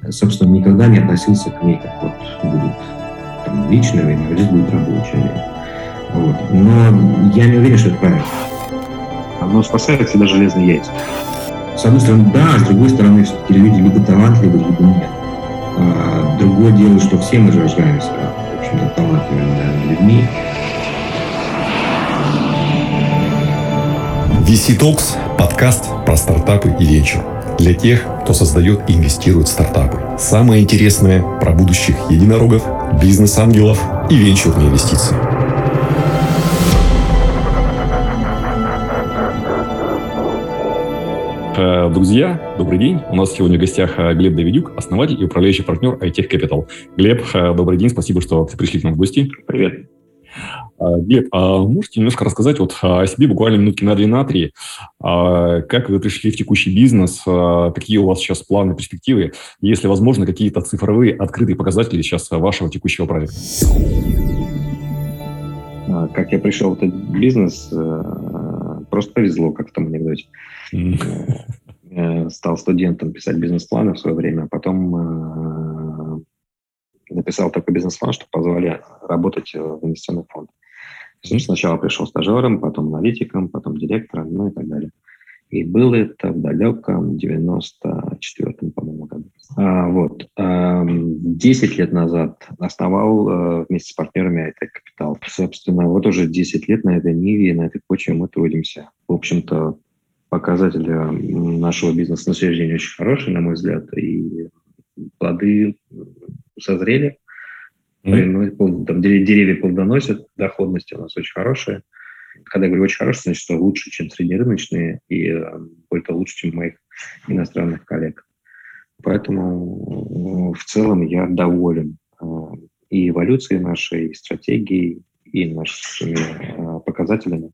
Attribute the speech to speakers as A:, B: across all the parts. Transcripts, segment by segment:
A: собственно, никогда не относился к ней как вот будет там личное время, а здесь будет рабочее время. Вот. Но я не уверен, что это правильно.
B: Оно спасает всегда железные яйца.
A: С одной стороны, да, а с другой стороны, все-таки люди либо талантливы, либо нет. Другое дело, что все мы же рождаемся, в общем-то, талантливыми людьми.
C: VC Talks – подкаст про стартапы и венчур. Для тех, кто создает и инвестирует в стартапы. Самое интересное про будущих единорогов, бизнес-ангелов и венчурные инвестиции. Друзья, добрый день. У нас сегодня в гостях Глеб Давидюк, основатель и управляющий партнер iTech Capital. Глеб, добрый день, спасибо, что пришли к нам в гости.
B: Привет.
C: Глеб, можете немножко рассказать о себе, буквально минутки на 2-3? Как вы пришли в текущий бизнес? Какие у вас сейчас планы, перспективы? И, если возможно, какие-то цифровые открытые показатели сейчас вашего текущего проекта?
B: Как я пришел в этот бизнес, просто повезло, как в том анекдоте. Стал студентом писать бизнес-планы в свое время, а потом написал такой бизнес-план, что позвали работать в инвестиционный фонд. Сначала пришел стажером, потом аналитиком, потом директором, ну и так далее. И было это в далеком 94-м, по-моему, году. 10 лет назад основал вместе с партнерами iTech Capital. Собственно, вот уже 10 лет на этой ниве, на этой почве мы трудимся. В общем-то, показатели нашего бизнеса на следующий день очень хорошие, на мой взгляд, и плоды созрели. Там деревья плодоносят, доходности у нас очень хорошие. Когда я говорю очень хорошие, значит, что лучше, чем среднерыночные, и более лучше, чем моих иностранных коллег. Поэтому в целом я доволен и эволюцией нашей, и стратегией, и нашими показателями.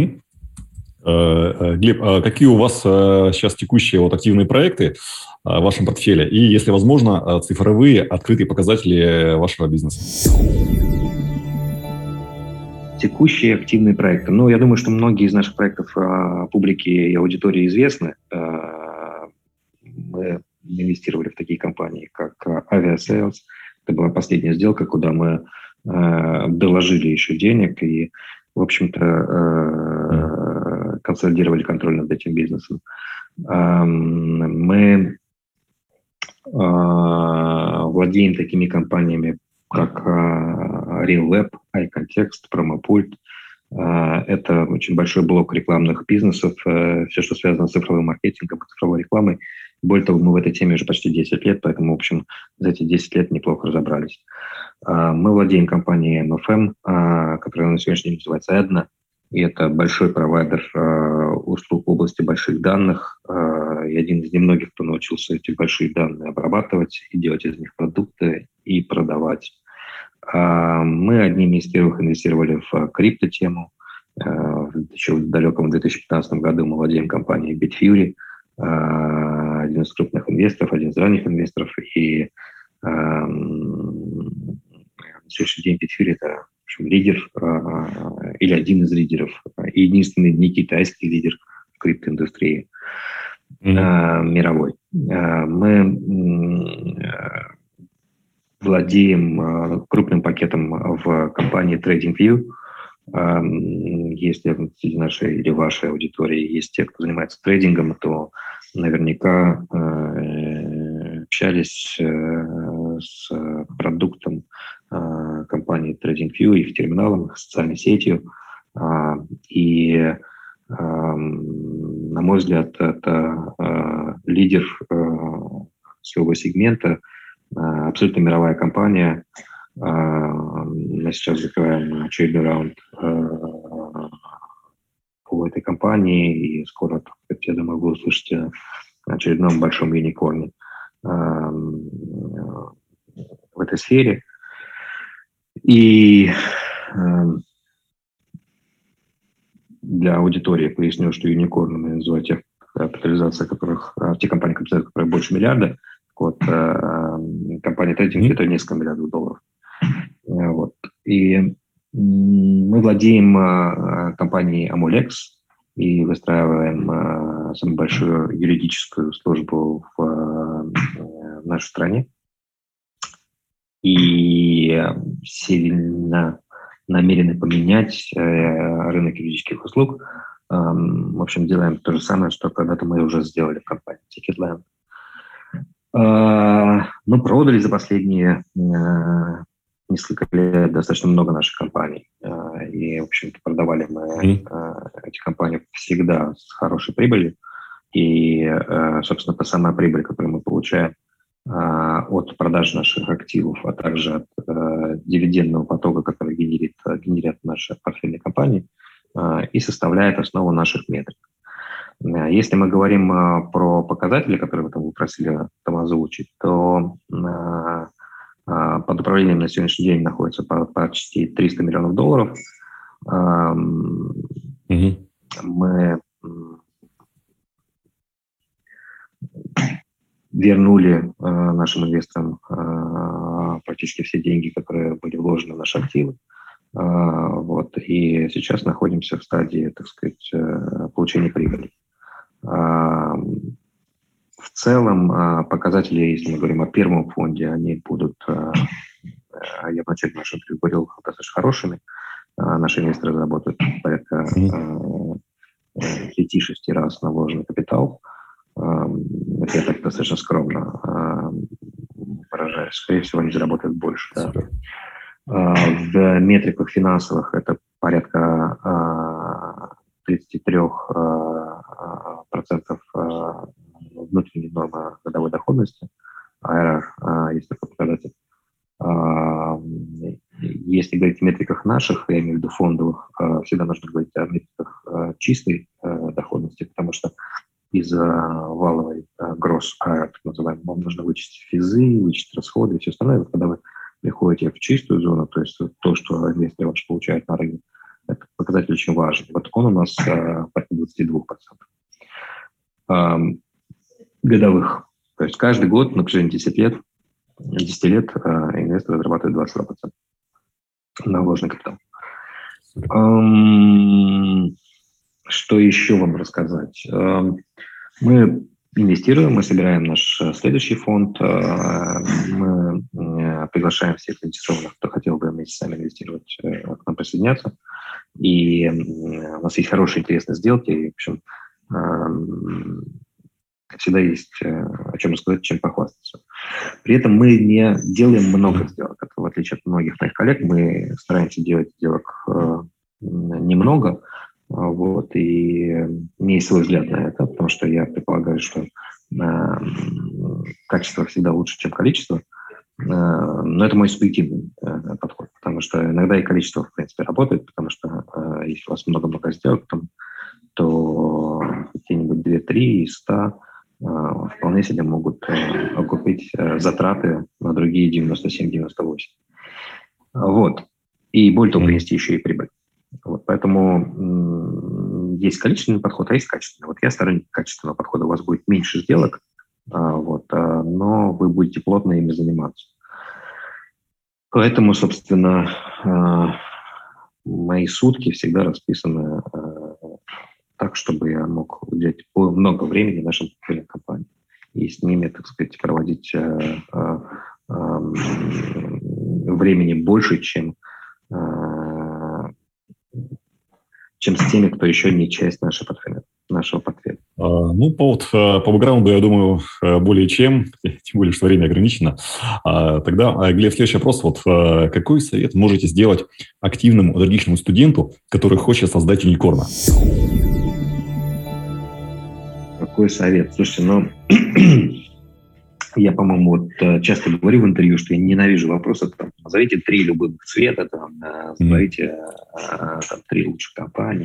C: Глеб, а какие у вас сейчас текущие активные проекты в вашем портфеле? И, если возможно, цифровые открытые показатели вашего бизнеса?
B: Текущие активные проекты. Я думаю, что многие из наших проектов публике и аудитории известны. Мы инвестировали в такие компании, как Aviasales. Это была последняя сделка, куда мы доложили еще денег и, в общем-то, консолидировали контроль над этим бизнесом. Мы владеем такими компаниями, как RealWeb, iContext, PromoPult. Это очень большой блок рекламных бизнесов, все, что связано с цифровым маркетингом, цифровой рекламой. Более того, мы в этой теме уже почти 10 лет, поэтому, в общем, за эти 10 лет неплохо разобрались. Мы владеем компанией MFM, которая на сегодняшний день называется Edna, и это большой провайдер услуг в области больших данных, и один из немногих, кто научился эти большие данные обрабатывать и делать из них продукты и продавать. Мы одними из первых инвестировали в криптотему. Еще в далеком 2015 году мы владеем компанией Bitfury, один из крупных инвесторов, один из ранних инвесторов. И на сегодняшний день Bitfury – это, в общем, лидер или один из лидеров, и единственный не китайский лидер в криптоиндустрии мировой. Мы владеем крупным пакетом в компании TradingView. Если среди нашей или вашей аудитории есть те, кто занимается трейдингом, то наверняка общались с продуктом компании TradingView, их терминалом, их социальной сетью. И, на мой взгляд, это лидер своего сегмента, абсолютно мировая компания. Мы сейчас закрываем очередной раунд по этой компании, и скоро, я думаю, вы услышите о очередном большом юникорне в этой сфере. И для аудитории поясню, что юникорнами называют те капитализация которых, те компании, капитализация которых больше миллиарда. Компания трейдинг это несколько миллиардов долларов. И мы владеем компанией Amulex и выстраиваем самую большую юридическую службу в нашей стране и сильно намерены поменять рынок юридических услуг. В общем, делаем то же самое, что когда-то мы уже сделали в компании Ticketland. Мы продали за последние несколько лет достаточно много наших компаний. И, в общем-то, продавали мы эти компании всегда с хорошей прибылью. И, собственно, та самая прибыль, которую мы получаем от продажи наших активов, а также от дивидендного потока, который генерят наши портфельные компании, и составляет основу наших метрик. Если мы говорим про показатели, которые вы просили там озвучить, то под управлением на сегодняшний день находится почти $300 миллионов. Мы вернули нашим инвесторам практически все деньги, которые были вложены в наши активы. И сейчас находимся в стадии, так сказать, получения прибыли. В целом показатели, если мы говорим о первом фонде, они будут, я вначале нашего интервью говорил, достаточно хорошими. Наши инвесторы заработают порядка 5-6 раз на вложенный капитал. Это я так достаточно скромно выражаюсь. Скорее всего, они заработают больше. Да. В метриках финансовых это порядка 33% внутренней нормы годовой доходности, IRR, есть такой показатель. Если говорить о метриках наших, я имею в виду фондовых, всегда нужно говорить о метриках чистой доходности, потому что из валовой gross IRR, так называемой, вам нужно вычесть физы, вычесть расходы и все остальное. Когда вы приходите в чистую зону, то есть то, что инвесторы ваши получают на рынке, это показатель очень важный. Вот он у нас порядка 22% годовых. То есть каждый год на протяжении 10 лет инвесторы зарабатывают 22% на вложенный капитал. Что еще вам рассказать? Мы инвестируем, мы собираем наш следующий фонд, мы приглашаем всех заинтересованных, кто хотел бы вместе с нами инвестировать, к нам присоединяться. И у нас есть хорошие, интересные сделки. И, в общем, всегда есть о чем рассказать, чем похвастаться. При этом мы не делаем много сделок. В отличие от многих моих коллег, мы стараемся делать сделок немного. И у меня есть свой взгляд на это, потому что я предполагаю, что качество всегда лучше, чем количество. Но это мой субъективный подход, потому что иногда и количество, в принципе, работает, потому что если у вас много-много сделок, то какие-нибудь 2-3 из 100 вполне себе могут окупить затраты на другие 97-98. И более того, принести еще и прибыль. Поэтому есть количественный подход, а есть качественный. Я сторонник качественного подхода. У вас будет меньше сделок, но вы будете плотно ими заниматься. Поэтому, собственно, мои сутки всегда расписаны так, чтобы я мог уделять много времени нашим портфельным компаниям и с ними, так сказать, проводить времени больше, чем с теми, кто еще не часть нашего портфеля.
C: По бэкграунду, я думаю, более чем, тем более, что время ограничено. Тогда, Глеб, следующий вопрос. Какой совет можете сделать активному, энергичному студенту, который хочет создать юникорна?
B: Какой совет? Слушайте, я, по-моему, часто говорю в интервью, что я ненавижу вопросы, назовите 3 любых цвета, назовите 3 лучших компании.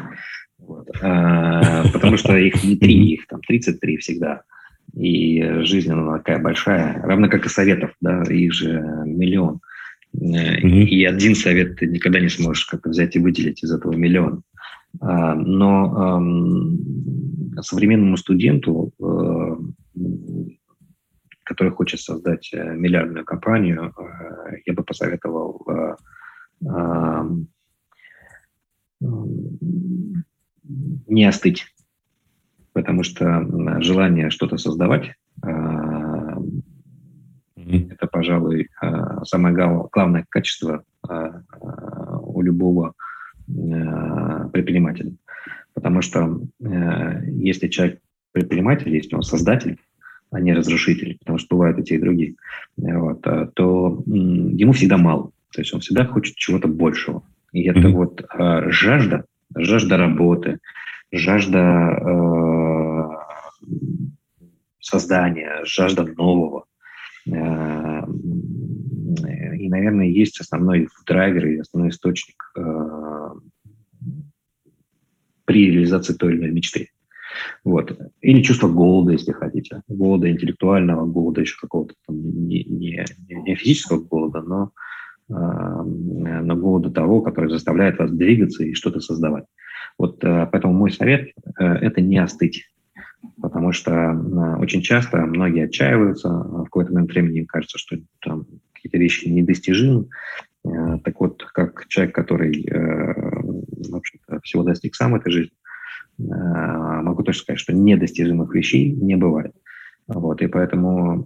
B: Потому что их не 3, их 33 всегда. И жизнь, она такая большая, равно как и советов, да, их же миллион. И один совет ты никогда не сможешь как-то взять и выделить из этого миллион. Но современному студенту, который хочет создать миллиардную компанию, я бы посоветовал не остыть, потому что желание что-то создавать это, пожалуй, самое главное качество у любого предпринимателя. Потому что если человек предприниматель, если он создатель, а не разрушитель, потому что бывают и те, и другие, вот, то ему всегда мало. То есть он всегда хочет чего-то большего. И это вот жажда работы, жажда создания, жажда нового. И, наверное, есть основной драйвер и основной источник при реализации той или иной мечты. Вот. Или чувство голода, если хотите. Голода интеллектуального, голода еще какого-то там, не физического голода, но голода того, который заставляет вас двигаться и что-то создавать. Вот поэтому мой совет – это не остыть. Потому что очень часто многие отчаиваются, в какой-то момент времени им кажется, что там какие-то вещи недостижимы. Так вот, как человек, который, в общем-то, всего достиг сам этой жизни, могу точно сказать, что недостижимых вещей не бывает. Вот, и поэтому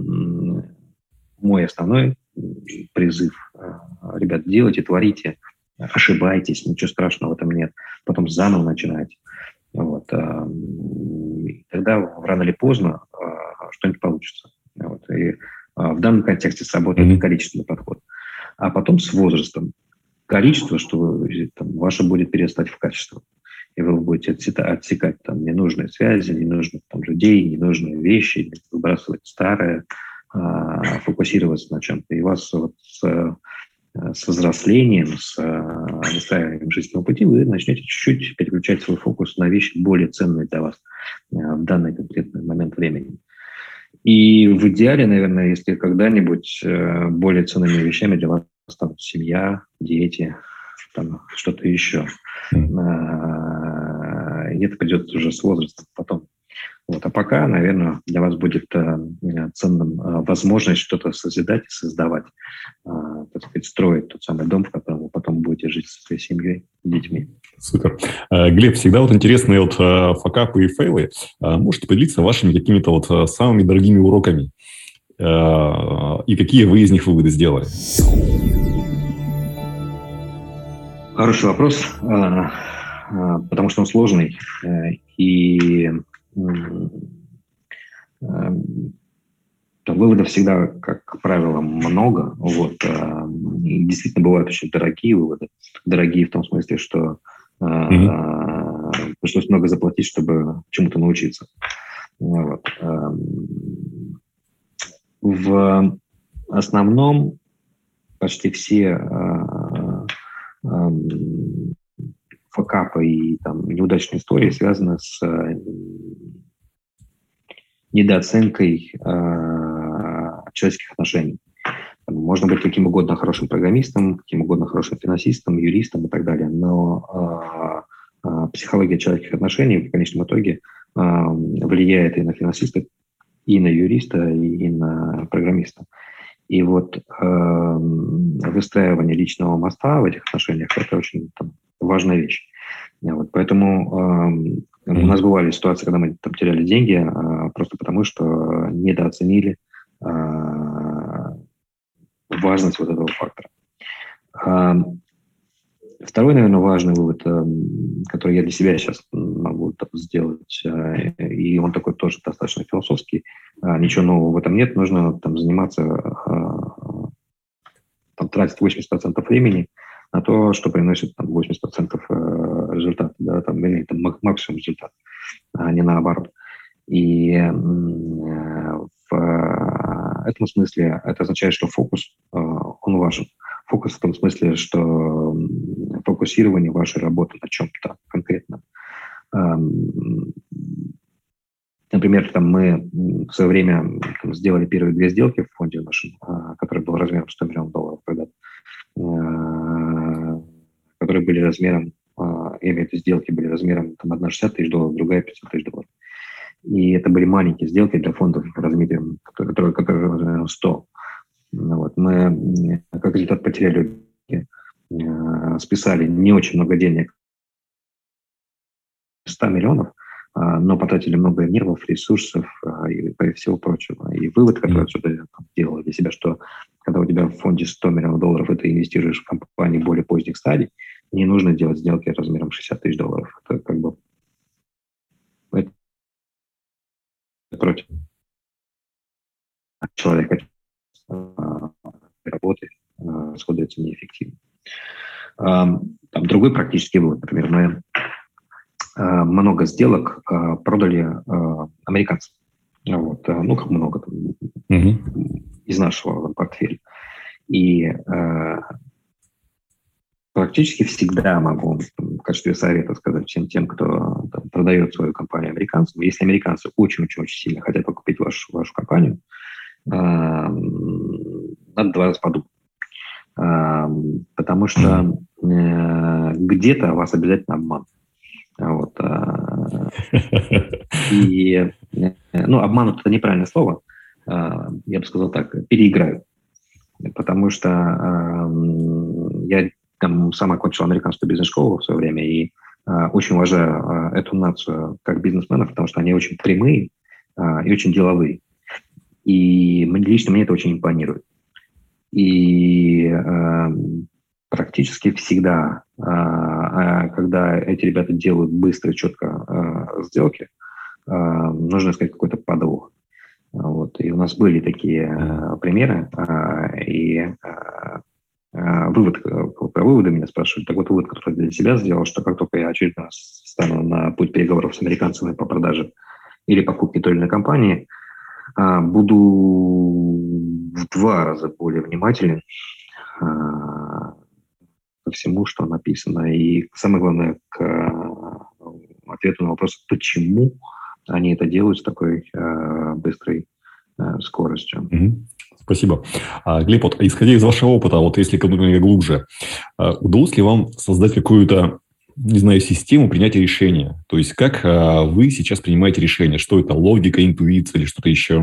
B: мой основной призыв: ребят, делайте, творите, ошибайтесь, ничего страшного в этом нет, потом заново начинайте. Вот, и тогда рано или поздно что-нибудь получится. Вот, и в данном контексте сработает количественный подход. А потом с возрастом количество, что ваше будет перестать в качество. И вы будете отсекать там ненужные связи, ненужных там людей, ненужные вещи, выбрасывать старое, фокусироваться на чем-то. И вас вот с взрослением, с выстраиванием жизненного пути вы начнете чуть-чуть переключать свой фокус на вещи более ценные для вас в данный конкретный момент времени. И в идеале, наверное, если когда-нибудь более ценными вещами для вас станут семья, дети, там, что-то еще. И это придет уже с возрастом потом. Вот. А пока, наверное, для вас будет ценным возможность что-то созидать и создавать, так сказать, строить тот самый дом, в котором вы потом будете жить со своей семьей и детьми.
C: Супер. Глеб, всегда вот интересные вот факапы и фейлы. Можете поделиться вашими какими-то вот самыми дорогими уроками? И какие вы из них выводы сделали?
B: Хороший вопрос, потому что он сложный. И выводов всегда, как правило, много. Вот. И действительно бывают очень дорогие выводы. Дорогие в том смысле, что пришлось много заплатить, чтобы чему-то научиться. Вот. В основном почти все факапы и там, неудачные истории связаны с недооценкой человеческих отношений. Можно быть каким угодно хорошим программистом, каким угодно хорошим финансистом, юристом и так далее, но психология человеческих отношений в конечном итоге влияет и на финансиста, и на юриста, и на программиста. И вот выстраивание личного моста в этих отношениях – это очень важная вещь. Вот, поэтому у нас бывали ситуации, когда мы теряли деньги просто потому, что недооценили важность вот этого фактора. Второй, наверное, важный вывод, который я для себя сейчас могу сделать, и он такой тоже достаточно философский, ничего нового в этом нет, нужно заниматься, тратить 80% времени на то, что приносит 80% результата, да, максимум результата, а не наоборот. И в этом смысле это означает, что фокус, он важен. Фокус в том смысле, что фокусирование вашей работы на чем-то конкретном. Например, мы в свое время сделали первые 2 сделки в фонде нашем, который был размером $100 миллионов когда-то, которые были размером, я имею в виду, сделки были размером одна $60 тысяч, другая $500 тысяч. И это были маленькие сделки для фондов размером, которые размером 100. Вот. Мы, как результат, потеряли, списали не очень много денег, 100 миллионов, но потратили много нервов, ресурсов и всего прочего. И вывод, который отсюда я делал, для себя, что когда у тебя в фонде $100 миллионов, и ты инвестируешь в компании более поздних стадий, не нужно делать сделки размером $60 тысяч. Это как бы это против человека работы расходуется неэффективно. Там другой практический вывод. Например, мы много сделок продали американцам. Вот, ну, как много из нашего портфеля. И практически всегда могу в качестве совета сказать всем тем, кто продает свою компанию американцам, если американцы очень-очень-очень сильно хотят покупить вашу компанию, надо 2 раза подумать. Потому что где-то вас обязательно обманут. Вот. И, ну, обманут – это неправильное слово. Я бы сказал так, переиграют. Потому что я сам окончил американскую бизнес-школу в свое время и очень уважаю эту нацию как бизнесменов, потому что они очень прямые и очень деловые. И лично мне это очень импонирует. И практически всегда, когда эти ребята делают быстро и четко сделки, нужно искать какой-то подвох. Вот. И у нас были такие примеры. И выводы меня спрашивали. Так вот, вывод, который я для себя сделал, что как только я очередной раз стану на путь переговоров с американцами по продаже или покупке той или иной компании, буду в 2 раза более внимателен ко всему, что написано. И самое главное, к ответу на вопрос, почему они это делают с такой быстрой скоростью.
C: Спасибо. Глеб, вот, исходя из вашего опыта, вот если копнуть глубже, удалось ли вам создать какую-то, не знаю, систему принятия решения? То есть как вы сейчас принимаете решение? Что это, логика, интуиция или что-то еще?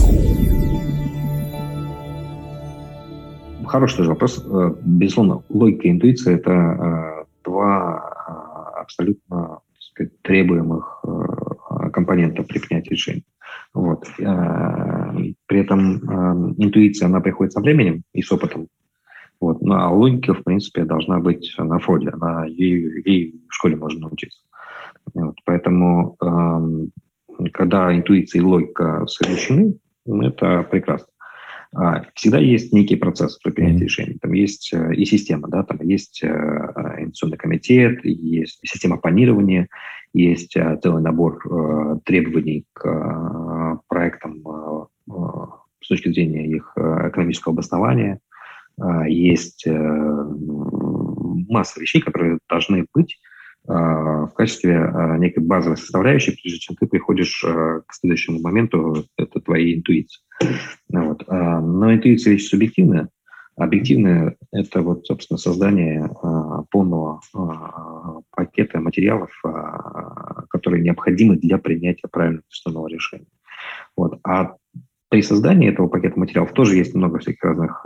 B: Хороший тоже вопрос. Безусловно, логика и интуиция – это 2 абсолютно, так сказать, требуемых компонента при принятии решений. Вот. При этом интуиция, она приходит со временем и с опытом. Вот. Ну, а логика, в принципе, должна быть на входе. Ей в школе можно научиться. Вот. Поэтому, когда интуиция и логика совмещены, это прекрасно. Всегда есть некий процесс при принятии решений. Там есть и система, да, там есть инвестиционный комитет, есть система планирования, есть целый набор требований к проектам с точки зрения их экономического обоснования. Есть масса вещей, которые должны быть в качестве некой базовой составляющей, прежде чем ты приходишь к следующему моменту, это твоей интуиции. Вот. Но интуиция вещь субъективная. Объективная – это, вот, собственно, создание полного пакета материалов, которые необходимы для принятия правильного инвестиционного решения. Вот. А при создании этого пакета материалов тоже есть много всяких разных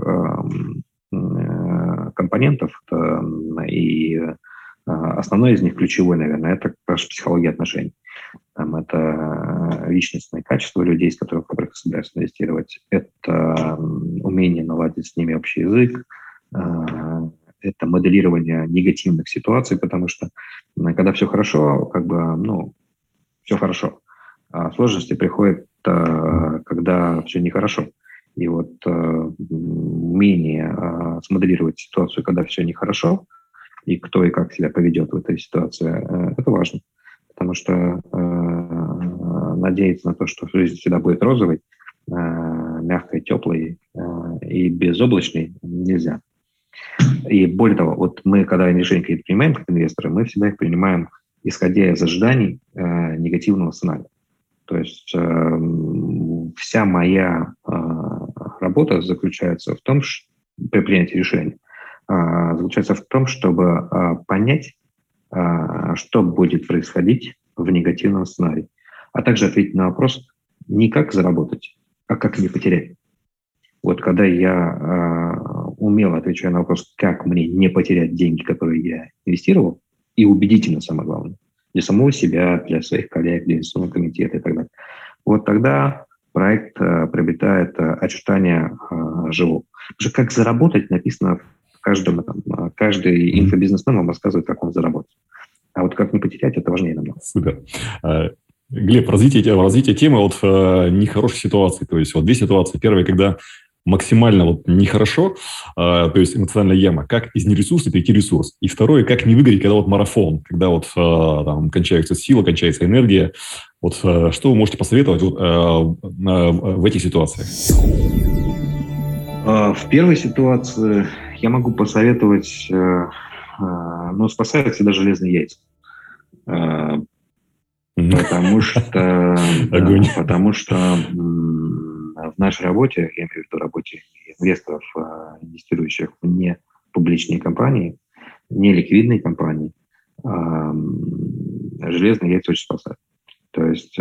B: компонентов, и основной из них, ключевой, наверное, это как раз психология отношений. Там это личностные качества людей, в которых ты собираешься инвестировать. Это умение наладить с ними общий язык. Это моделирование негативных ситуаций, потому что когда все хорошо, как бы, ну, все хорошо. А сложности приходят, когда все нехорошо. И вот умение смоделировать ситуацию, когда все нехорошо, и кто и как себя поведет в этой ситуации, это важно. Потому что надеяться на то, что жизнь всегда будет розовой, мягкой, теплой и безоблачной, нельзя. И более того, вот мы, когда решения какие-то принимаем как инвесторы, мы всегда их принимаем, исходя из ожиданий негативного сценария. То есть вся моя работа заключается в том, что при принятии решений, заключается в том, чтобы понять, что будет происходить в негативном сценарии, а также ответить на вопрос не как заработать, а как не потерять. Вот когда я умело отвечаю на вопрос, как мне не потерять деньги, которые я инвестировал, и убедительно, самое главное, для самого себя, для своих коллег, для инвестиционного комитета и так далее, вот тогда проект приобретает очертания живого. Потому что как заработать написано в каждом этом. Каждый инфобизнесмен вам рассказывает, как он заработает. А вот как не потерять, это важнее намного.
C: Супер. Глеб, развитие темы от нехорошей ситуации. То есть вот две ситуации. Первая, когда максимально вот нехорошо, то есть эмоциональная яма, как из нересурса перейти в ресурс. И второе, как не выгореть, когда вот марафон, когда вот там кончается сила, кончается энергия. Вот что вы можете посоветовать в этих ситуациях?
B: В первой ситуации я могу посоветовать, спасают всегда железные яйца. Потому что в нашей работе, я имею в виду работе инвесторов, инвестирующих в не публичные компании, не ликвидные компании, железные яйца очень спасают. То есть,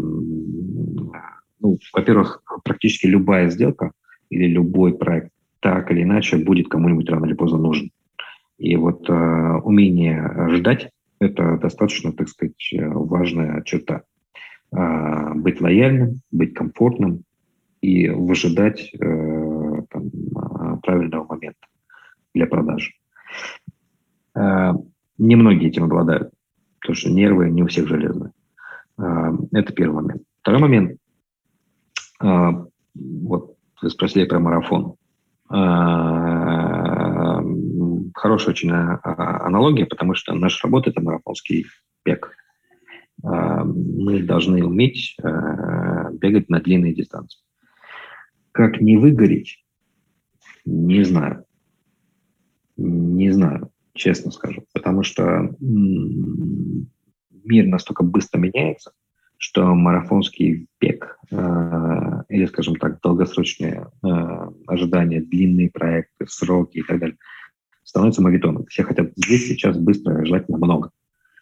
B: во-первых, практически любая сделка или любой проект так или иначе будет кому-нибудь рано или поздно нужен. И вот умение ждать – это достаточно, так сказать, важная черта. Быть лояльным, быть комфортным и выжидать правильного момента для продажи. Немногие этим обладают, потому что нервы не у всех железные. Это первый момент. Второй момент. Вот вы спросили про марафон. Хорошая очень аналогия, потому что наша работа – это марафонский бег. Мы должны уметь бегать на длинные дистанции. Как не выгореть, не знаю. Не знаю, честно скажу. Потому что мир настолько быстро меняется, что марафонский бег или, скажем так, долгосрочные ожидания, длинные проекты, сроки и так далее становятся мавитоном. Все хотят здесь, сейчас, быстро, желательно много.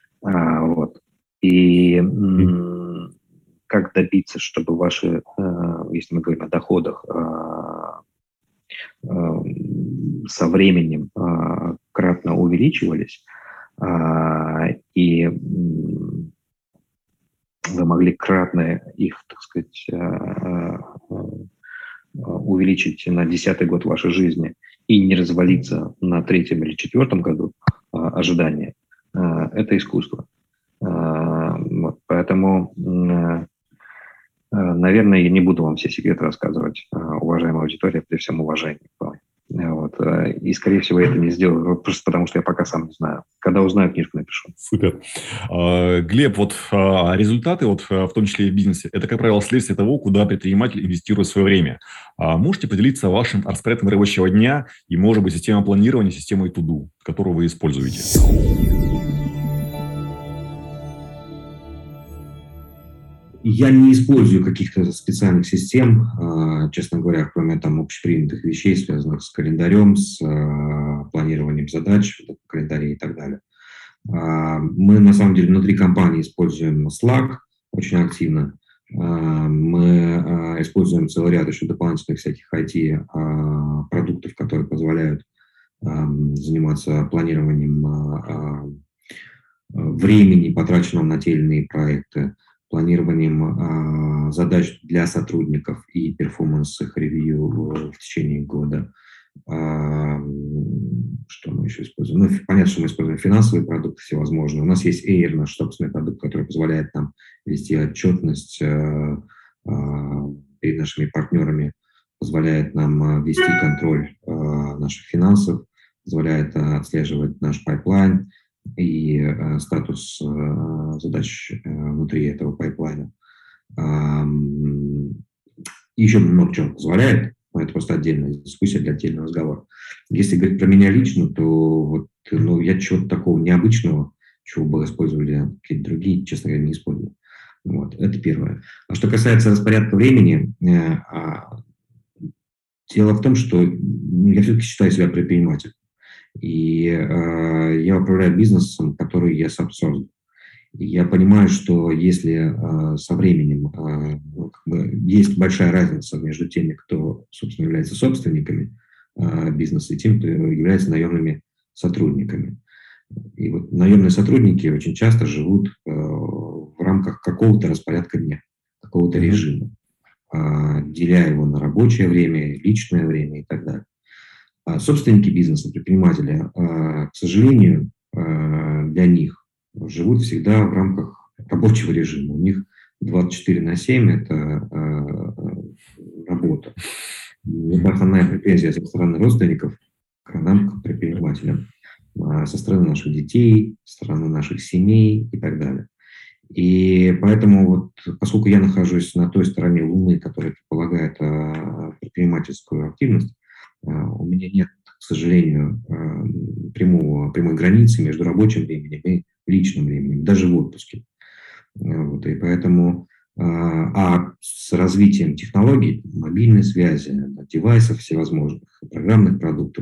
B: И как добиться, чтобы ваши, если мы говорим о доходах, со временем кратно увеличивались, и вы могли кратно их, так сказать, увеличить на 10-й год вашей жизни и не развалиться на 3-м или 4-м году ожидания, это искусство. Поэтому, наверное, я не буду вам все секреты рассказывать, уважаемая аудитория, при всем уважении. И, скорее всего, я это не сделаю, просто потому что я пока сам не знаю. Когда узнаю, книжку напишу.
C: Супер. Глеб, результаты, в том числе и в бизнесе, это, как правило, следствие того, куда предприниматель инвестирует свое время. Можете поделиться вашим распорядком рабочего дня и, может быть, системой планирования, системой to-do, которую вы используете?
A: Я не использую каких-то специальных систем, честно говоря, кроме общепринятых вещей, связанных с календарем, с планированием задач, календарей и так далее. Мы, на самом деле, внутри компании используем Slack очень активно. Мы используем целый ряд еще дополнительных всяких IT-продуктов, которые позволяют заниматься планированием времени, потраченного на те или иные проекты, планированием задач для сотрудников и перформанс их ревью в течение года. Что мы еще используем? Понятно, что мы используем финансовые продукты всевозможные. У нас есть Air, наш собственный продукт, который позволяет нам вести отчетность перед нашими партнерами, позволяет нам вести контроль наших финансов, позволяет отслеживать наш пайплайн и статус задач внутри этого пайплайна. Еще много чего позволяет, но это просто отдельная дискуссия для отдельного разговора. Если говорить про меня лично, то я чего-то такого необычного, чего бы использовали какие-то другие, честно говоря, не использую. Это первое. А что касается распорядка времени, дело в том, что я все-таки считаю себя предпринимателем. И я управляю бизнесом, который я сам создал. И я понимаю, что если со временем есть большая разница между теми, кто, собственно, является собственниками бизнеса, и тем, кто является наемными сотрудниками. И наемные сотрудники очень часто живут в рамках какого-то распорядка дня, какого-то режима. деля его на рабочее время, личное время и так далее. Собственники бизнеса, предприниматели, к сожалению, для них живут всегда в рамках рабочего режима. У них 24/7 – это работа. Это основная претензия со стороны родственников к нам, к предпринимателям, со стороны наших детей, со стороны наших семей и так далее. И поэтому, вот, поскольку я нахожусь на той стороне Луны, которая предполагает предпринимательскую активность, у меня нет, к сожалению, прямой границы между рабочим временем и личным временем, даже в отпуске. Вот, и поэтому с развитием технологий, мобильной связи, девайсов всевозможных, программных продуктов,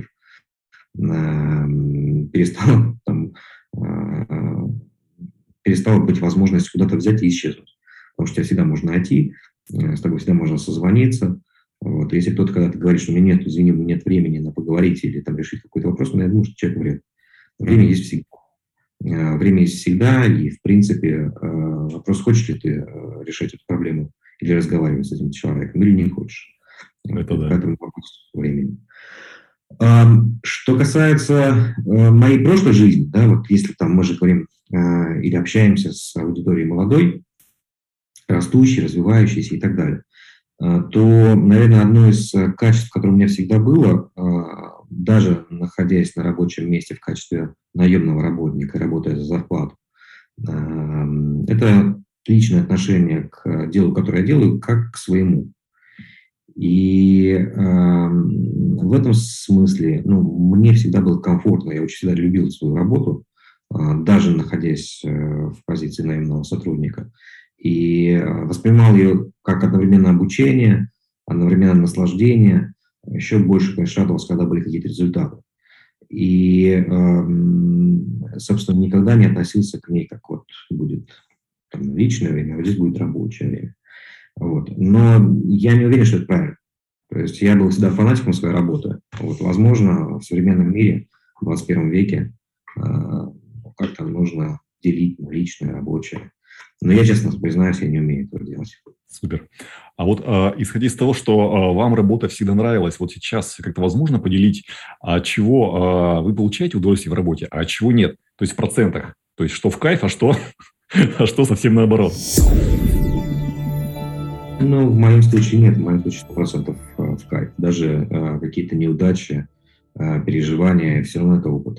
A: перестала быть возможность куда-то взять и исчезнуть. Потому что тебя всегда можно найти, с тобой всегда можно созвониться. Вот. Если кто-то когда-то говорит, что у меня нет, извини, нет времени на поговорить или там, решить какой-то вопрос, но я думаю, что человек врет. Время есть всегда. Время есть всегда, и, в принципе, вопрос, хочешь ли ты решать эту проблему или разговаривать с этим человеком, или не хочешь.
C: Это да.
A: Поэтому вопрос времени. Что касается моей прошлой жизни, да, вот если там мы же говорим или общаемся с аудиторией молодой, растущей, развивающейся и так далее, то, наверное, одно из качеств, которое у меня всегда было, даже находясь на рабочем месте в качестве наемного работника, работая за зарплату, это личное отношение к делу, которое я делаю, как к своему. И в этом смысле мне всегда было комфортно, я очень всегда любил свою работу, даже находясь в позиции наемного сотрудника. И воспринимал ее как одновременно обучение, одновременно наслаждение. Еще больше, конечно, радовался, когда были какие-то результаты. И, собственно, никогда не относился к ней как вот будет там личное время, а вот здесь будет рабочее время. Вот. Но я не уверен, что это правильно. То есть я был всегда фанатиком своей работы. Вот, возможно, в современном мире, в 21 веке, как-то нужно делить на личное, рабочее. Но я, честно признаюсь, я не умею этого делать.
C: Супер. А вот исходя из того, что вам работа всегда нравилась, вот сейчас как-то возможно поделить, от чего вы получаете удовольствие в работе, а от чего нет? То есть в процентах. То есть что в кайф, а что совсем наоборот?
A: В моем случае нет. В моем случае 100% в кайф. Даже какие-то неудачи, переживания, все равно это опыт.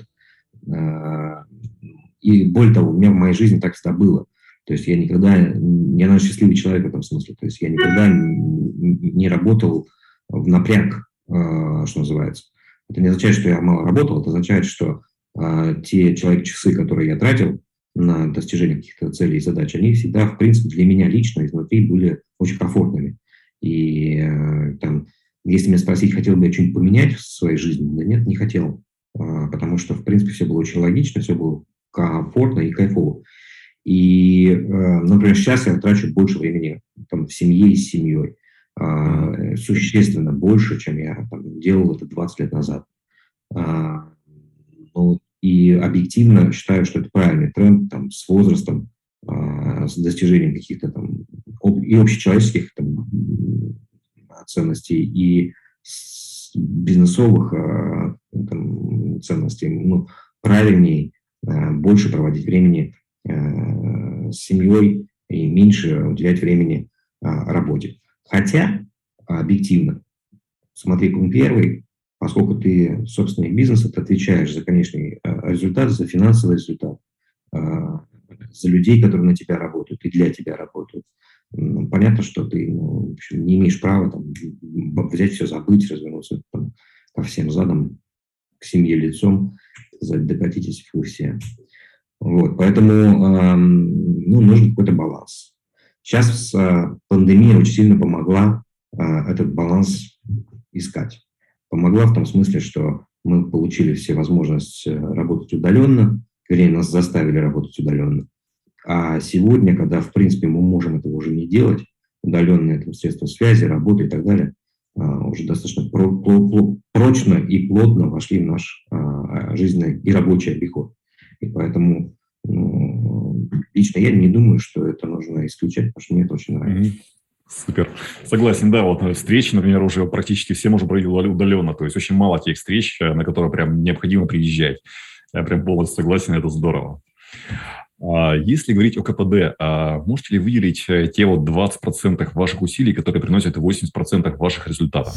A: И более того, у меня в моей жизни так всегда было. То есть я наверное, счастливый человек в этом смысле. То есть я никогда не работал в напряг, что называется. Это не означает, что я мало работал, это означает, что те часы, которые я тратил на достижение каких-то целей и задач, они всегда, в принципе, для меня лично изнутри были очень комфортными. И если меня спросить, хотел бы я что-нибудь поменять в своей жизни, да нет, не хотел. Потому что, в принципе, все было очень логично, все было комфортно и кайфово. И, например, сейчас я трачу больше времени в семье и с семьей. Существенно больше, чем я делал это 20 лет назад. И объективно считаю, что это правильный тренд с возрастом, с достижением каких-то и общечеловеческих ценностей, и бизнесовых ценностей. Правильнее, больше проводить времени с семьей и меньше уделять времени работе. Хотя, объективно, смотри пункт первый, поскольку ты собственник бизнеса, ты отвечаешь за конечный результат, за финансовый результат, за людей, которые на тебя работают и для тебя работают. Понятно, что ты в общем, не имеешь права взять все, забыть, развернуться ко всем задом, к семье лицом, докатитесь вы все. Вот, поэтому нужен какой-то баланс. Сейчас пандемия очень сильно помогла этот баланс искать. Помогла в том смысле, что мы получили все возможность работать удаленно, вернее, нас заставили работать удаленно. А сегодня, когда, в принципе, мы можем этого уже не делать, удаленные средства связи, работы и так далее, уже достаточно прочно и плотно вошли в наш жизненный и рабочий обиход. И поэтому лично я не думаю, что это нужно исключать, потому что мне это очень нравится.
C: Супер. Согласен, да, вот встречи, например, уже практически все можно проводить удаленно, то есть очень мало тех встреч, на которые прям необходимо приезжать. Я прям полностью согласен, это здорово. Если говорить о КПД, можете ли выделить те вот 20% ваших усилий, которые приносят 80% ваших результатов?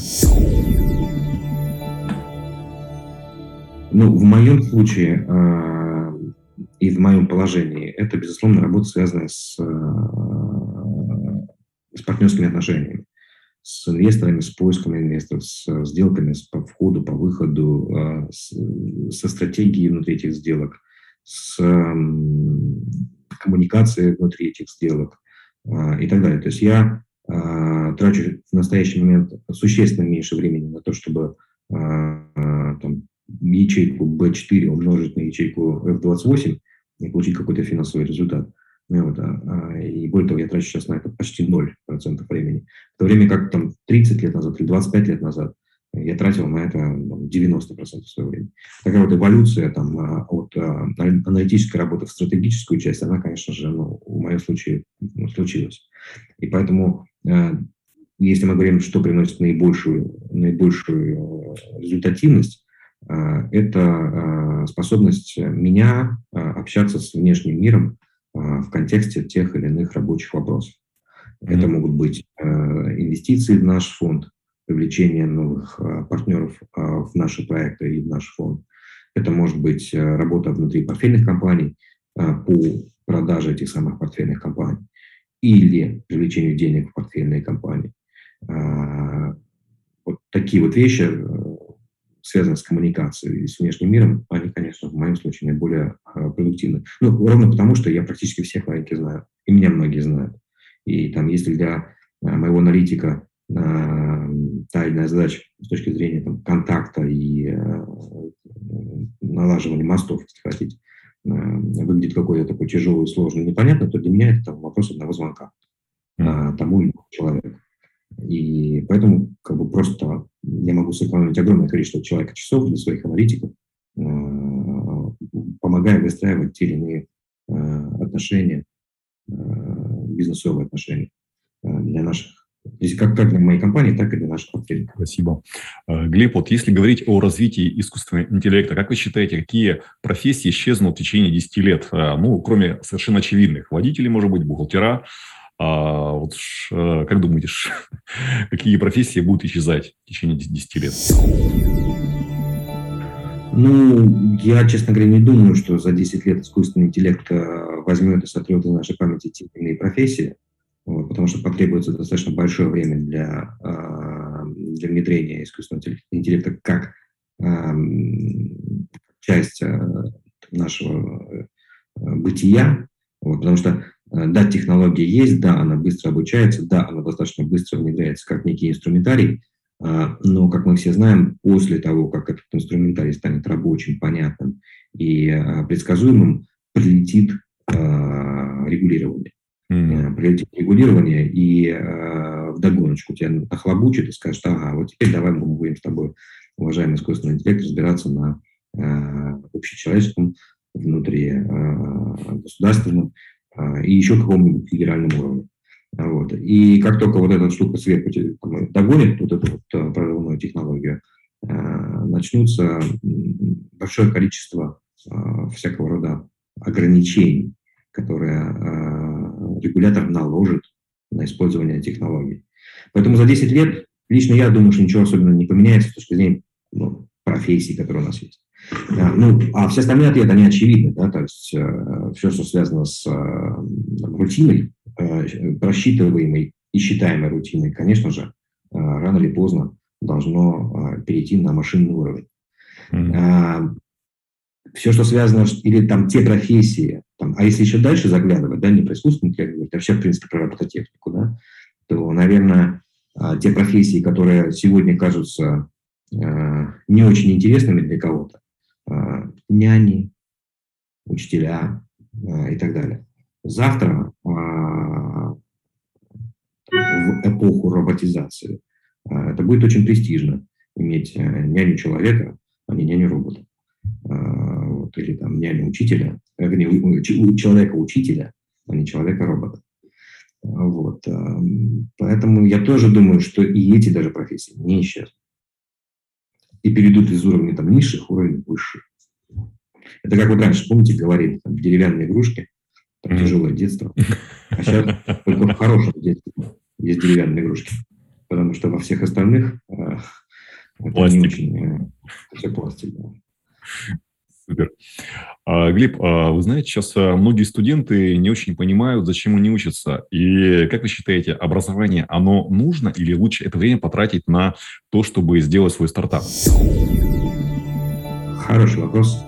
A: Ну, в моем случае и в моем положении это, безусловно, работа, связанная с партнерскими отношениями, с инвесторами, с поиском инвесторов, с сделками по входу, по выходу, со стратегией внутри этих сделок, с коммуникацией внутри этих сделок и так далее. То есть я трачу в настоящий момент существенно меньше времени на то, чтобы там, ячейку B4 умножить на ячейку F28 и получить какой-то финансовый результат. Вот, и более того, я трачу сейчас на это почти 0% времени. В то время как там 30 лет назад или 25 лет назад я тратил на это 90% своего времени. Такая вот эволюция там, от аналитической работы в стратегическую часть, она, конечно же, в моем случае случилась. И поэтому, если мы говорим, что приносит наибольшую результативность, это способность меня общаться с внешним миром в контексте тех или иных рабочих вопросов. Это могут быть инвестиции в наш фонд, привлечение новых партнеров в наши проекты и в наш фонд. Это может быть работа внутри портфельных компаний по продаже этих самых портфельных компаний или привлечению денег в портфельные компании. Вот такие вот вещи, связанные с коммуникацией и с внешним миром, они, конечно, в моем случае наиболее продуктивны. Ну, ровно потому, что я практически всех на рынке знаю, и меня многие знают. И там, если для моего аналитика та или иная задача с точки зрения там, контакта и налаживания мостов, если хотите, выглядит какой-то такой тяжелый, сложный, непонятный, то для меня это там, вопрос одного звонка тому или иному человеку. И поэтому как бы просто я могу сэкономить огромное количество часов для своих аналитиков, помогая выстраивать те или иные отношения, бизнесовые отношения для наших, как для моей компании, так и для наших портфелей.
C: Спасибо. Глеб, вот если говорить о развитии искусственного интеллекта, как вы считаете, какие профессии исчезнут в течение 10 лет? Ну, кроме совершенно очевидных. Водители, может быть, бухгалтера. Вот как думаете, какие профессии будут исчезать в течение 10 лет?
A: Ну, я, честно говоря, не думаю, что за 10 лет искусственный интеллект возьмет и сотрет из нашей памяти те или иные профессии, потому что потребуется достаточно большое время для внедрения искусственного интеллекта как часть нашего бытия, потому что да, технология есть, да, она быстро обучается, да, она достаточно быстро внедряется как некий инструментарий, но, как мы все знаем, после того, как этот инструментарий станет рабочим, понятным и предсказуемым, прилетит регулирование. Прилетит регулирование и вдогоночку тебя нахлобучит и скажет: ага, вот теперь давай мы будем с тобой, уважаемый искусственный интеллект, разбираться на общечеловеческом, внутригосударственном и еще каком-нибудь федеральном уровне. Вот. И как только вот эта штука сверху догонит вот эту вот прорывную технологию, начнутся большое количество всякого рода ограничений, которые регулятор наложит на использование технологий. Поэтому за 10 лет лично я думаю, что ничего особенного не поменяется с точки зрения профессий, которые у нас есть. А все остальные ответы, они очевидны. Да? То есть все, что связано с рутиной, просчитываемой и считаемой рутиной, конечно же, рано или поздно должно перейти на машинный уровень. Все, что связано, или там те профессии, а если еще дальше заглядывать, да, не про искусственный интеллект, а вообще, в принципе, про робототехнику, да, то, наверное, те профессии, которые сегодня кажутся не очень интересными для кого-то, няни, учителя и так далее. Завтра, в эпоху роботизации, это будет очень престижно иметь няню человека, а не няню робота. Или там няню учителя, человека-учителя, а не человека-робота. Вот. Поэтому я тоже думаю, что и эти даже профессии не исчезнут. И перейдут из уровня там, низших в уровень высших. Это как вот раньше, помните, говорили, там, деревянные игрушки, там, тяжелое детство. А сейчас только в хорошем детстве есть деревянные игрушки. Потому что во всех остальных это
C: Пластик.
A: не очень... все пластик, да.
C: Супер. Глеб, вы знаете, сейчас многие студенты не очень понимают, зачем они учатся. И как вы считаете, образование, оно нужно или лучше это время потратить на то, чтобы сделать свой стартап?
A: Хороший вопрос.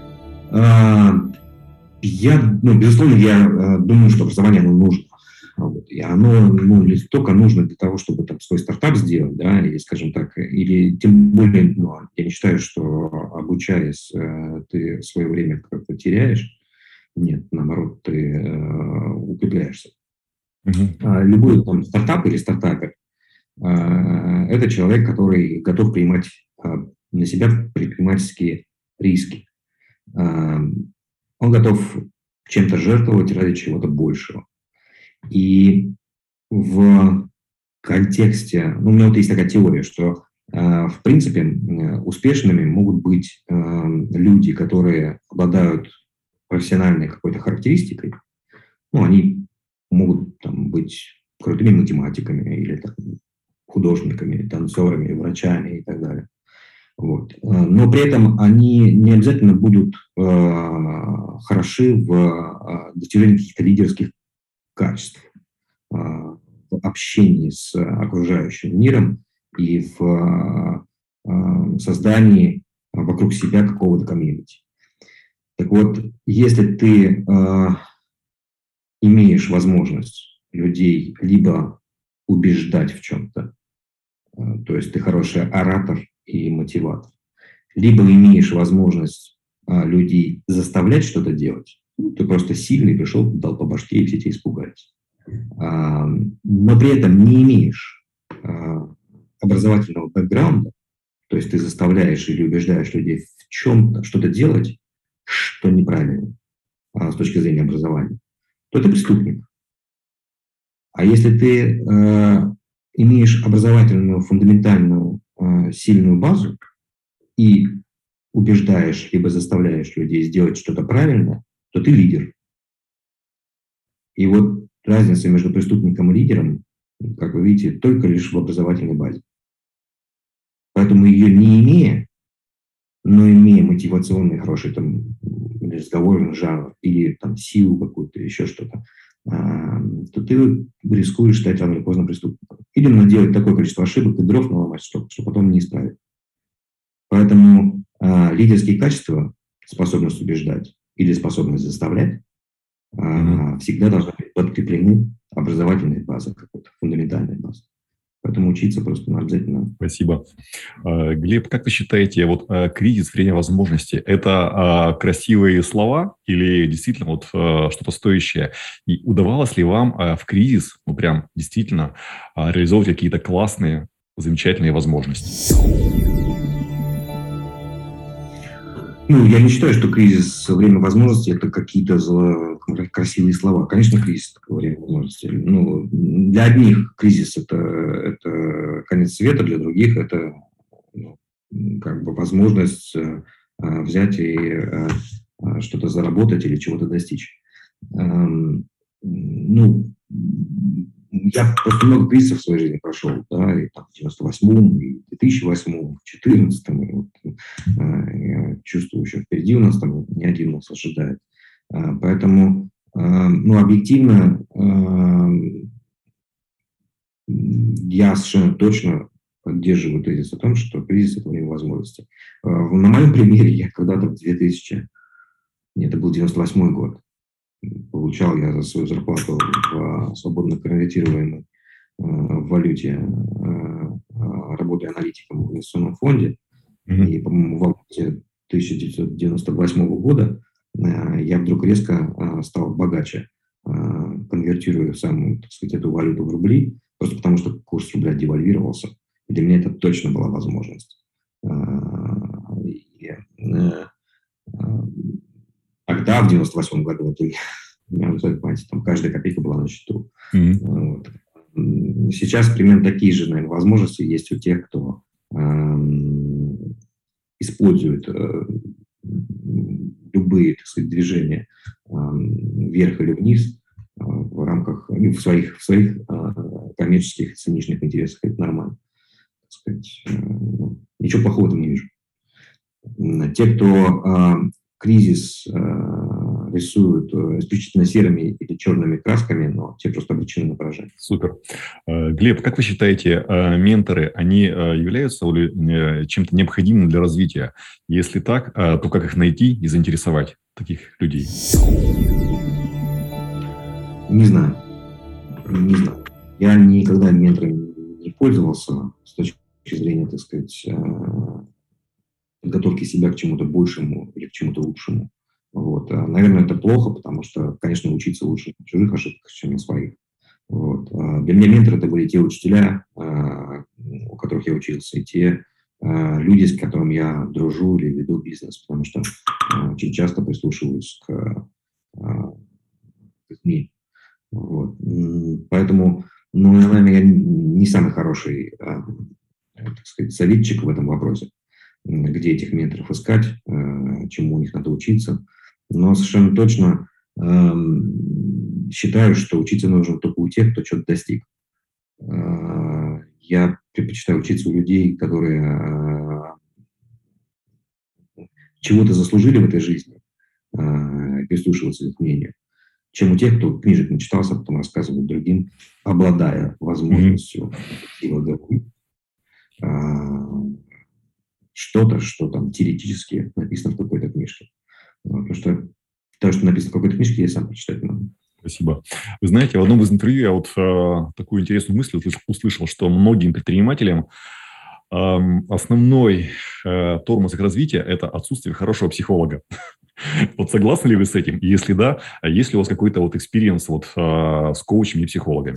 A: Безусловно, я думаю, что образование оно нужно. Вот. И оно не только нужно для того, чтобы там, свой стартап сделать, да, или, скажем так, или тем более, я не считаю, что обучаясь, ты свое время как-то теряешь. Нет, наоборот, ты укрепляешься. Любой там, стартап или стартапер это человек, который готов принимать на себя предпринимательские риски. Он готов чем-то жертвовать ради чего-то большего. И в контексте, у меня вот есть такая теория, что, в принципе, успешными могут быть люди, которые обладают профессиональной какой-то характеристикой. Они могут там, быть крутыми математиками или там, художниками, танцорами, врачами и так далее. Вот. Но при этом они не обязательно будут хороши в достижении каких-то лидерских качеств, в общении с окружающим миром и в создании вокруг себя какого-то комьюнити. Так вот, если ты имеешь возможность людей либо убеждать в чем-то, то есть ты хороший оратор и мотиватор, либо имеешь возможность людей заставлять что-то делать, ты просто сильный, пришел, дал по башке, и все тебя испугались. Но при этом не имеешь образовательного бэкграунда, то есть ты заставляешь или убеждаешь людей в чем-то, что-то делать, что неправильно с точки зрения образования, то ты преступник. А если ты имеешь образовательную, фундаментальную, сильную базу и убеждаешь, либо заставляешь людей сделать что-то правильное, то ты лидер. И вот разница между преступником и лидером, как вы видите, только лишь в образовательной базе. Поэтому ее не имея, но имея мотивационный хороший там, разговорный жанр или там, силу какую-то, еще что-то, то ты рискуешь стать рано или поздно преступником. Или наделать такое количество ошибок и дров наломать, что потом не исправить. Поэтому лидерские качества, способность убеждать или способность заставлять, всегда должны быть подкреплены образовательной базой, какой-то фундаментальной базой. Поэтому учиться просто обязательно.
C: Спасибо. Глеб, как вы считаете, вот кризис, время возможностей – это красивые слова или действительно вот что-то стоящее? И удавалось ли вам в кризис, прям действительно реализовывать какие-то классные, замечательные возможности?
A: Я не считаю, что кризис время возможностей – это какие-то красивые слова. Конечно, кризис – это время возможностей. Для одних кризис – это конец света, для других – это возможность взять и что-то заработать или чего-то достичь. Я просто много кризисов в своей жизни прошел, да, и там, в 98-м, и в 2008-м, в 2014-м, и вот, я чувствую, еще впереди у нас там не один нас ожидает. Поэтому, объективно, я совершенно точно поддерживаю тезис о том, что кризис – это время возможностей. На моем примере я когда-то это был 98-й год, получал я за свою зарплату в свободно конвертируемой валюте, работая аналитиком в инвестиционном фонде. И, по-моему, в августе 1998 года я вдруг резко стал богаче, конвертируя самую, так сказать, эту валюту в рубли, просто потому что курс рубля девальвировался. И для меня это точно была возможность. Тогда, в 98 году, Понимаете, там каждая копейка была на счету.
C: Mm-hmm.
A: Вот. Сейчас примерно такие же, наверное, возможности есть у тех, кто использует любые, так сказать, движения вверх или вниз в рамках, в своих коммерческих и циничных интересах. Это нормально. Так сказать, ничего плохого в этом не вижу. Те, кто кризис рисуют исключительно серыми или черными красками, но те просто обречены на поражение.
C: Супер. Глеб, как вы считаете, менторы, они являются чем-то необходимым для развития? Если так, то как их найти и заинтересовать таких людей?
A: Не знаю. Я никогда менторами не пользовался с точки зрения, так сказать, подготовки себя к чему-то большему или к чему-то лучшему. Вот. Наверное, это плохо, потому что, конечно, учиться лучше на чужих ошибках, чем на своих. Вот. Для меня менторы – это были те учителя, у которых я учился, и те люди, с которыми я дружу или веду бизнес, потому что очень часто прислушиваюсь к СМИ. Вот. Поэтому, наверное, я не самый хороший, так сказать, советчик в этом вопросе, где этих менторов искать, чему у них надо учиться. Но совершенно точно считаю, что учиться нужно только у тех, кто что-то достиг. Я предпочитаю учиться у людей, которые чего-то заслужили в этой жизни, прислушиваться к их мнению, чем у тех, кто книжек начитался, а потом рассказывает другим, обладая возможностью что-то, что там теоретически написано в какой-то книжке. Потому что то, что написано в какой-то книжке, я сам прочитать не могу.
C: Спасибо. Вы знаете, в одном из интервью я вот такую интересную мысль услышал, что многим предпринимателям основной тормоз их развития – это отсутствие хорошего психолога. Вот согласны ли вы с этим? И если да, есть ли у вас какой-то вот экспириенс вот с коучами и психологами?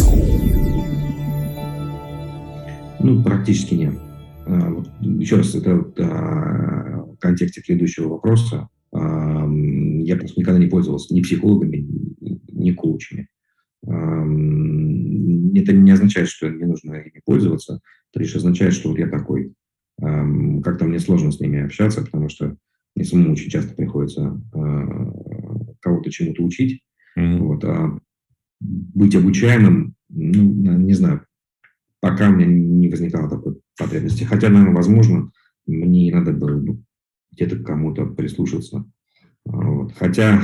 A: Практически нет. Еще раз, это в контексте предыдущего вопроса. Я просто никогда не пользовался ни психологами, ни коучами. Это не означает, что не нужно ими пользоваться. Это лишь означает, что вот я такой. Как-то мне сложно с ними общаться, потому что мне самому очень часто приходится кого-то чему-то учить. Вот. А быть обучаемым, не знаю, пока у меня не возникало такой потребности. Хотя, наверное, возможно, мне надо было где-то к кому-то прислушаться. Вот. Хотя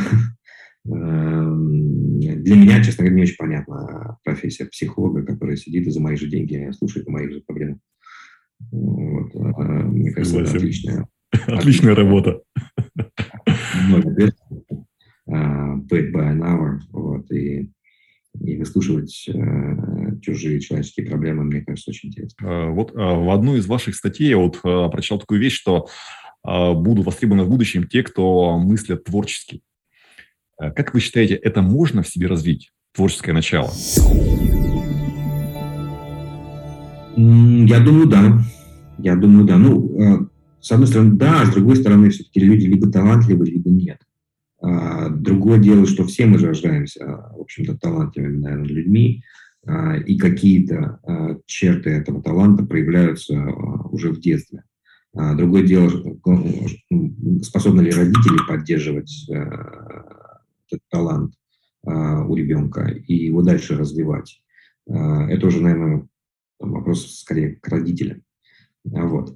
A: для меня, честно говоря, не очень понятна профессия психолога, который сидит и за мои же деньги слушает о моих же проблемах. Вот. Мне кажется, это
C: отличная работа.
A: Paid by an hour. Вот. И выслушивать чужие человеческие проблемы, мне кажется, очень интересно.
C: Вот в одной из ваших статей я вот прочитал такую вещь, что будут востребованы в будущем те, кто мыслят творчески. Как вы считаете, это можно в себе развить, творческое начало?
A: Я думаю, да. С одной стороны, да, а с другой стороны, все-таки люди либо талантливы, либо нет. Другое дело, что все мы рождаемся, в общем-то, талантливыми, наверное, людьми, и какие-то черты этого таланта проявляются уже в детстве. Другое дело, способны ли родители поддерживать этот талант у ребенка и его дальше развивать. Это уже, наверное, вопрос скорее к родителям. Вот.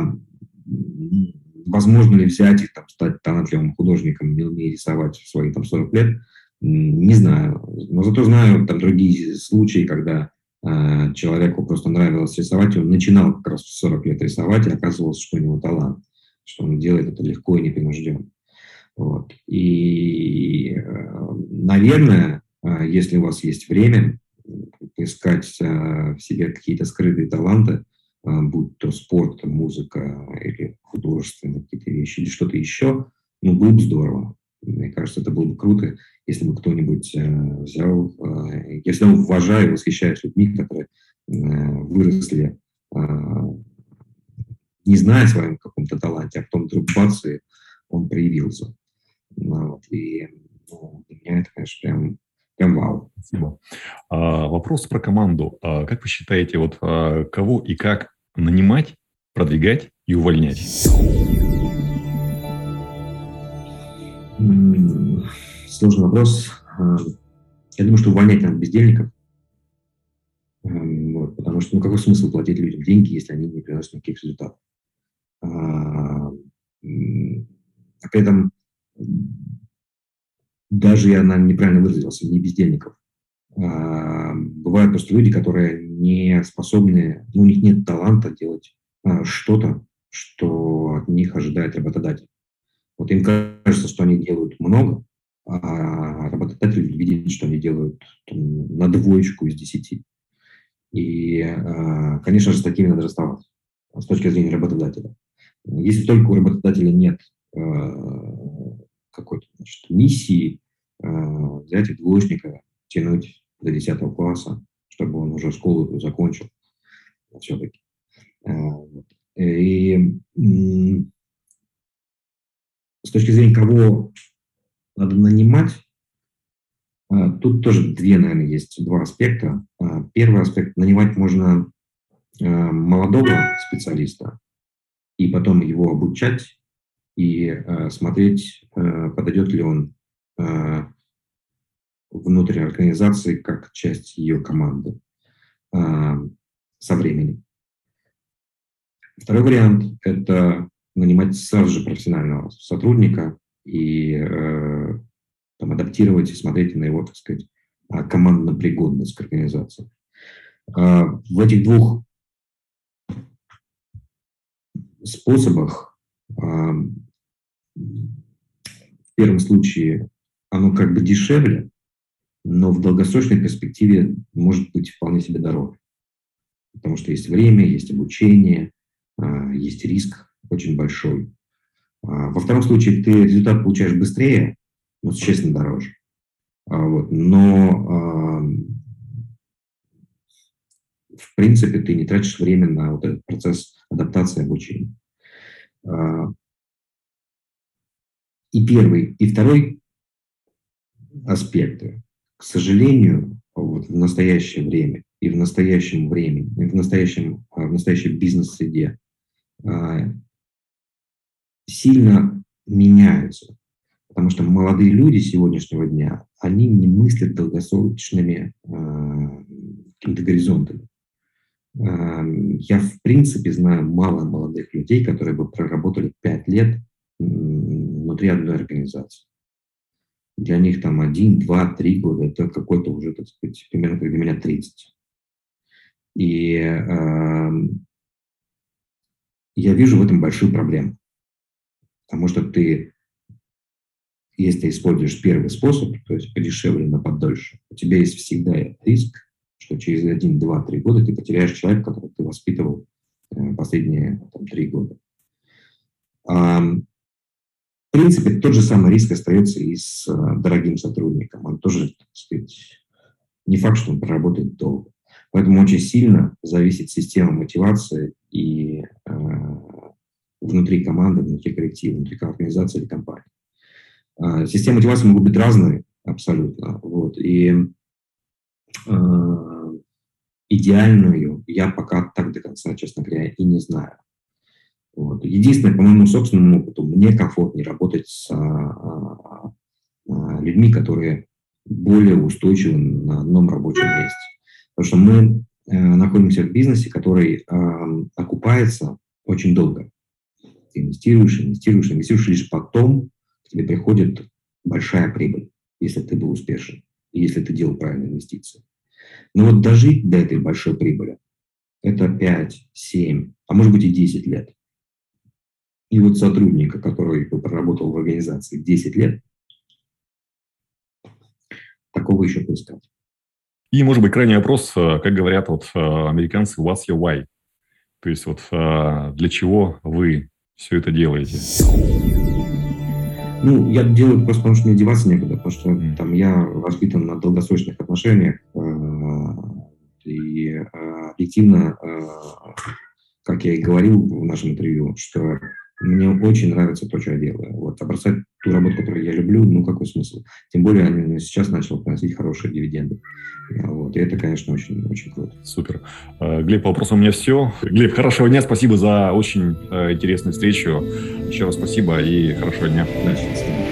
A: Возможно ли взять их, стать талантливым художником, не умея рисовать в свои 40 лет? Не знаю. Но зато знаю другие случаи, когда человеку просто нравилось рисовать, и он начинал как раз в 40 лет рисовать, и оказывалось, что у него талант, что он делает это легко и непринужденно. Вот. И, наверное, если у вас есть время, искать в себе какие-то скрытые таланты, будь то спорт, музыка или художественные какие-то вещи, или что-то еще, было бы здорово. Мне кажется, это было бы круто, если бы кто-нибудь взял... Я всегда уважаю и восхищаюсь людьми, которые выросли, не зная о своем каком-то таланте, а потом вдруг бац, и он проявился. Вот. И меня это, конечно, прям вау.
C: Спасибо. Вопрос про команду. Как вы считаете, кого и как нанимать, продвигать и увольнять?
A: Сложный вопрос. Я думаю, что увольнять надо бездельников. Потому что какой смысл платить людям деньги, если они не приносят никаких результатов? При этом даже я, наверное, неправильно выразился, не бездельников. Бывают просто люди, которые не способны, у них нет таланта делать что-то, что от них ожидает работодатель. Вот им кажется, что они делают много, а работодатель видит, что они делают на 2 из 10. И, конечно же, с такими надо расставаться с точки зрения работодателя. Если только у работодателя нет какой-то миссии, взять и двоечника, тянуть до 10 класса, чтобы он уже школу закончил все-таки. И с точки зрения, кого надо нанимать, тут тоже наверное, есть 2 аспекта. Первый аспект – нанимать можно молодого специалиста и потом его обучать и смотреть, подойдет ли он внутрь организации как часть ее команды со временем. Второй вариант – это нанимать сразу же профессионального сотрудника и адаптировать и смотреть на его, так сказать, командную пригодность к организации. В этих 2 способах в первом случае оно как бы дешевле, но в долгосрочной перспективе может быть вполне себе дороже. Потому что есть время, есть обучение, есть риск очень большой. Во втором случае ты результат получаешь быстрее, но существенно дороже. Но в принципе ты не тратишь время на этот процесс адаптации и обучения. И первый, и второй аспекты, к сожалению, в настоящее время и в настоящем времени, и в настоящей бизнес-среде сильно меняются. Потому что молодые люди сегодняшнего дня, они не мыслят долгосрочными какими-то горизонтами. Я, в принципе, знаю мало молодых людей, которые бы проработали 5 лет внутри одной организации. Для них там 1, 2, 3 года – это какой-то уже, так сказать, примерно как для меня 30. И я вижу в этом большую проблему. Потому что если ты используешь первый способ, то есть подешевле, но подольше, у тебя есть всегда риск, что через 1, 2, 3 года ты потеряешь человека, которого ты воспитывал последние 3 года. В принципе, тот же самый риск остается и с дорогим сотрудником. Он тоже, так сказать, не факт, что он проработает долго. Поэтому очень сильно зависит система мотивации и внутри команды, внутри коллектива, внутри организации или компании. Системы мотивации могут быть разные абсолютно. И идеальную я пока так до конца, честно говоря, и не знаю. Единственное, по моему собственному опыту, мне комфортнее работать с людьми, которые более устойчивы на одном рабочем месте. Потому что мы находимся в бизнесе, который окупается очень долго. Ты инвестируешь, лишь потом к тебе приходит большая прибыль, если ты был успешен, и если ты делал правильные инвестиции. Но дожить до этой большой прибыли – это 5, 7, а может быть и 10 лет. И сотрудника, который проработал в организации 10 лет, такого еще поискать.
C: И, может быть, крайний вопрос, как говорят американцы, what's your why? То есть для чего вы все это делаете?
A: Я делаю просто потому, что мне деваться некуда, потому что я воспитан на долгосрочных отношениях, и объективно, как я и говорил в нашем интервью, что мне очень нравится то, что я делаю. Бросать ту работу, которую я люблю, ну, какой смысл? Тем более, они сейчас начал приносить хорошие дивиденды. Вот, и это, конечно, очень, очень круто.
C: Супер. Глеб, по вопросу у меня все. Глеб, хорошего дня, спасибо за очень интересную встречу. Еще раз спасибо и хорошего дня.
A: Удачи.